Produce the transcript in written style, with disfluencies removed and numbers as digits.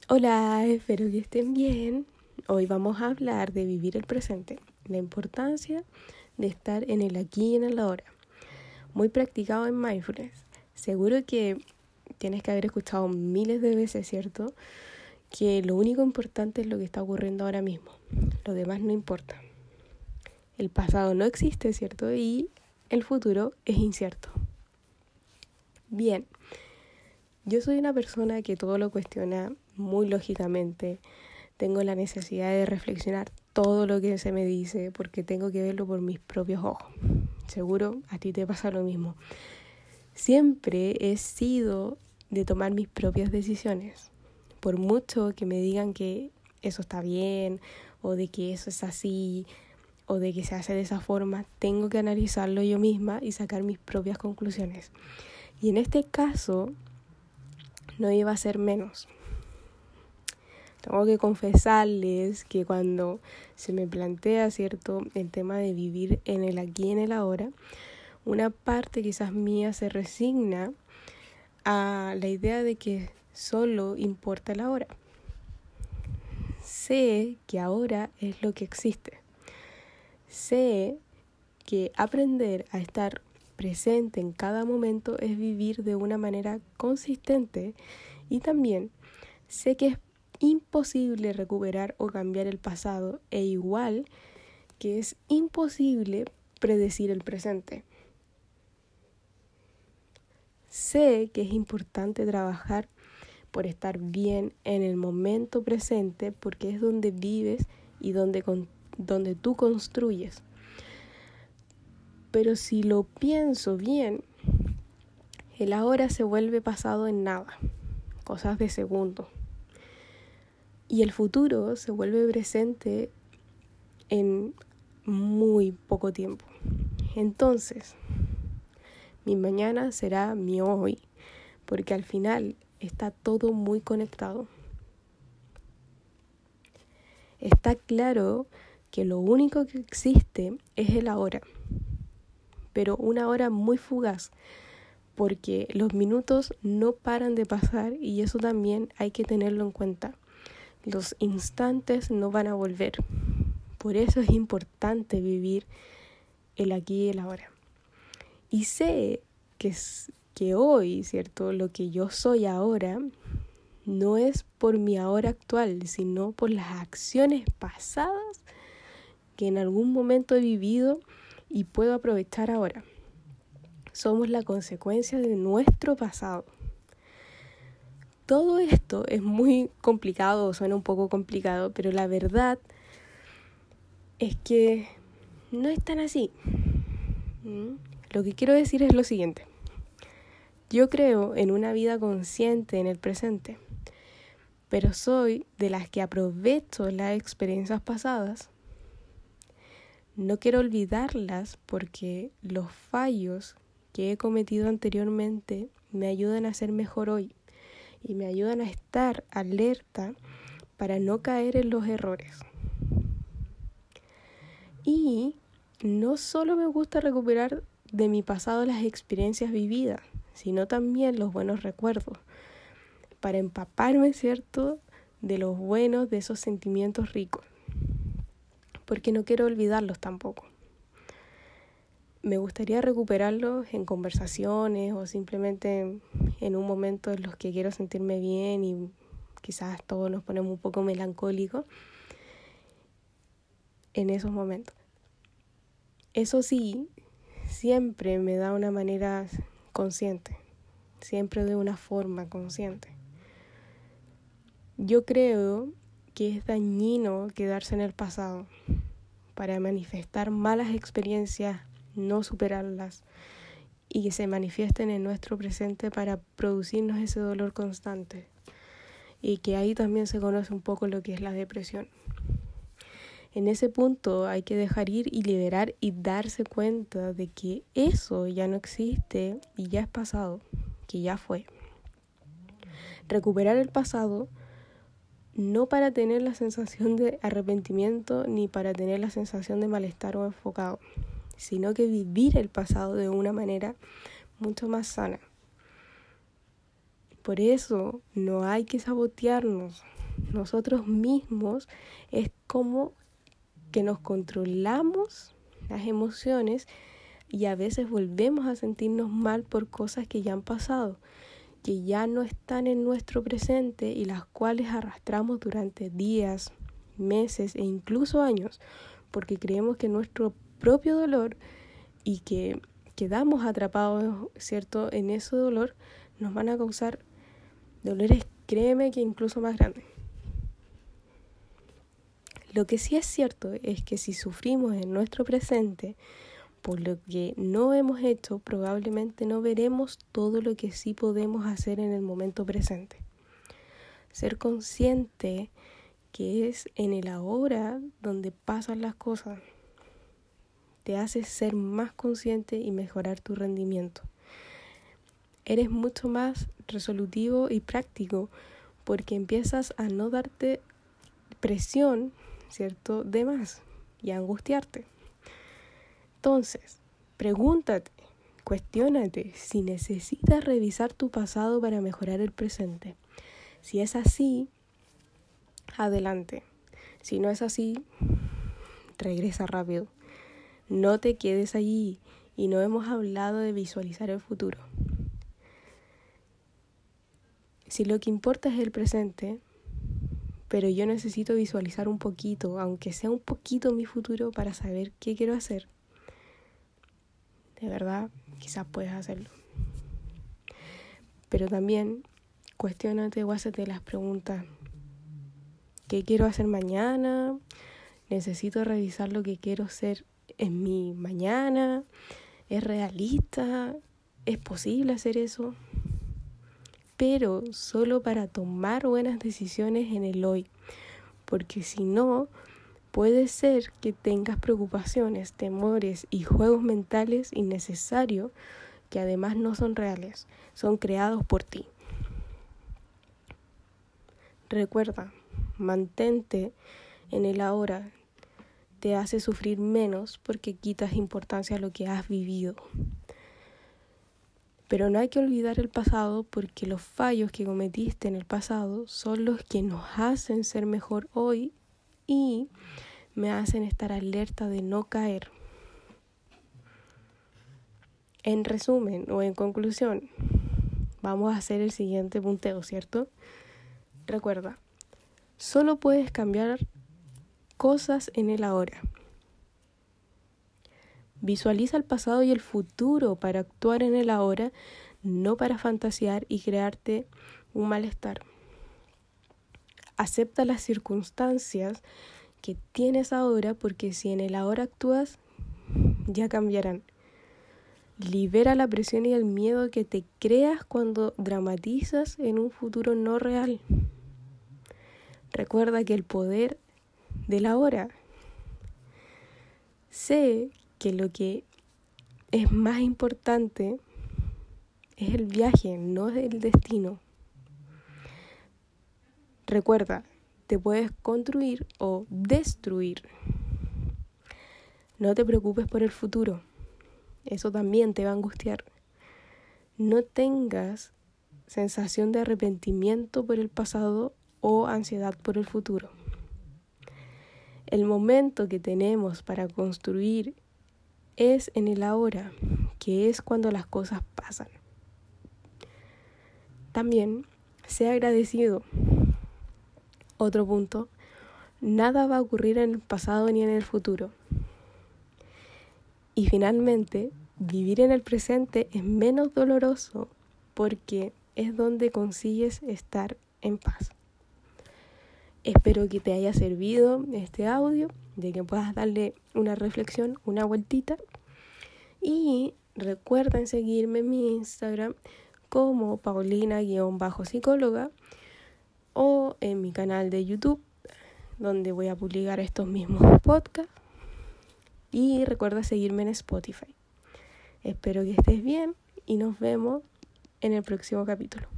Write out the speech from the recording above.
Hola, espero que estén bien. Hoy vamos a hablar de vivir el presente, la importancia de estar en el aquí y en el ahora. Muy practicado en mindfulness. Seguro que tienes que haber escuchado miles de veces, ¿cierto? Que lo único importante es lo que está ocurriendo ahora mismo. Lo demás no importa. El pasado no existe, ¿cierto? Y el futuro es incierto. Bien, yo soy una persona que todo lo cuestiona muy lógicamente. Tengo la necesidad de reflexionar todo lo que se me dice porque tengo que verlo por mis propios ojos. Seguro a ti te pasa lo mismo. Siempre he sido de tomar mis propias decisiones. Por mucho que me digan que eso está bien o de que eso es así o de que se hace de esa forma, tengo que analizarlo yo misma y sacar mis propias conclusiones. Y en este caso no iba a ser menos. Tengo que confesarles que cuando se me plantea, ¿cierto?, el tema de vivir en el aquí y en el ahora, una parte quizás mía se resigna a la idea de que solo importa el ahora. Sé que ahora es lo que existe. Sé que aprender a estar presente en cada momento es vivir de una manera consistente y también sé que es imposible recuperar o cambiar el pasado e igual que es imposible predecir el presente. Sé que es importante trabajar por estar bien en el momento presente porque es donde vives y donde tú construyes. Pero si lo pienso bien, el ahora se vuelve pasado en nada, cosas de segundo. Y el futuro se vuelve presente en muy poco tiempo. Entonces, mi mañana será mi hoy, porque al final está todo muy conectado. Está claro que lo único que existe es el ahora, pero una hora muy fugaz, porque los minutos no paran de pasar y eso también hay que tenerlo en cuenta. Los instantes no van a volver. Por eso es importante vivir el aquí y el ahora. Y sé que hoy, ¿cierto? Lo que yo soy ahora no es por mi ahora actual, sino por las acciones pasadas que en algún momento he vivido y puedo aprovechar ahora. Somos la consecuencia de nuestro pasado. Todo esto es muy complicado, suena un poco complicado, pero la verdad es que no es tan así. Lo que quiero decir es lo siguiente. Yo creo en una vida consciente en el presente, pero soy de las que aprovecho las experiencias pasadas. No quiero olvidarlas porque los fallos que he cometido anteriormente me ayudan a ser mejor hoy y me ayudan a estar alerta para no caer en los errores. Y no solo me gusta recuperar de mi pasado las experiencias vividas, sino también los buenos recuerdos, para empaparme, ¿cierto?, de los buenos, de esos sentimientos ricos, porque no quiero olvidarlos tampoco. Me gustaría recuperarlos en conversaciones o simplemente en un momento en los que quiero sentirme bien y quizás todos nos ponemos un poco melancólicos en esos momentos. Eso sí, siempre me da una manera consciente, siempre de una forma consciente. Yo creo que es dañino quedarse en el pasado para manifestar malas experiencias, no superarlas y que se manifiesten en nuestro presente para producirnos ese dolor constante. Y que ahí también se conoce un poco lo que es la depresión. En ese punto hay que dejar ir y liberar y darse cuenta de que eso ya no existe y ya es pasado, que ya fue. Recuperar el pasado no para tener la sensación de arrepentimiento ni para tener la sensación de malestar o enfocado, sino que vivir el pasado de una manera mucho más sana. Por eso no hay que sabotearnos, nosotros mismos es como que nos controlamos las emociones y a veces volvemos a sentirnos mal por cosas que ya han pasado, que ya no están en nuestro presente y las cuales arrastramos durante días, meses e incluso años, porque creemos que nuestro propio dolor y que quedamos atrapados, ¿cierto?, en ese dolor, nos van a causar dolores, créeme, que incluso más grandes. Lo que sí es cierto es que si sufrimos en nuestro presente por lo que no hemos hecho, probablemente no veremos todo lo que sí podemos hacer en el momento presente. Ser consciente que es en el ahora donde pasan las cosas te hace ser más consciente y mejorar tu rendimiento. Eres mucho más resolutivo y práctico porque empiezas a no darte presión, ¿cierto?, de más y a angustiarte. Entonces, pregúntate, cuestiónate si necesitas revisar tu pasado para mejorar el presente. Si es así, adelante. Si no es así, regresa rápido. No te quedes allí y no hemos hablado de visualizar el futuro. Si lo que importa es el presente, pero yo necesito visualizar un poquito, aunque sea un poquito mi futuro para saber qué quiero hacer, de verdad, quizás puedes hacerlo. Pero también cuestiónate o hazte las preguntas. ¿Qué quiero hacer mañana? ¿Necesito revisar lo que quiero ser en mi mañana? ¿Es realista? ¿Es posible hacer eso? Pero solo para tomar buenas decisiones en el hoy. Porque si no, puede ser que tengas preocupaciones, temores y juegos mentales innecesarios que además no son reales, son creados por ti. Recuerda, mantente en el ahora, te hace sufrir menos porque quitas importancia a lo que has vivido. Pero no hay que olvidar el pasado porque los fallos que cometiste en el pasado son los que nos hacen ser mejor hoy y me hacen estar alerta de no caer. En resumen o en conclusión, vamos a hacer el siguiente punteo, ¿cierto? Recuerda, solo puedes cambiar cosas en el ahora. Visualiza el pasado y el futuro para actuar en el ahora, no para fantasear y crearte un malestar. Acepta las circunstancias que tienes ahora porque si en el ahora actúas, ya cambiarán. Libera la presión y el miedo que te creas cuando dramatizas en un futuro no real. Recuerda que el poder del ahora. Sé que lo que es más importante es el viaje, no es el destino. Recuerda, te puedes construir o destruir. No te preocupes por el futuro. Eso también te va a angustiar. No tengas sensación de arrepentimiento por el pasado o ansiedad por el futuro. El momento que tenemos para construir es en el ahora, que es cuando las cosas pasan. También, sé agradecido. Otro punto, nada va a ocurrir en el pasado ni en el futuro. Y finalmente, vivir en el presente es menos doloroso porque es donde consigues estar en paz. Espero que te haya servido este audio, de que puedas darle una reflexión, una vueltita. Y recuerden seguirme en mi Instagram como Paulina_psicóloga o en mi canal de YouTube, donde voy a publicar estos mismos podcasts. Y recuerda seguirme en Spotify. Espero que estés bien y nos vemos en el próximo capítulo.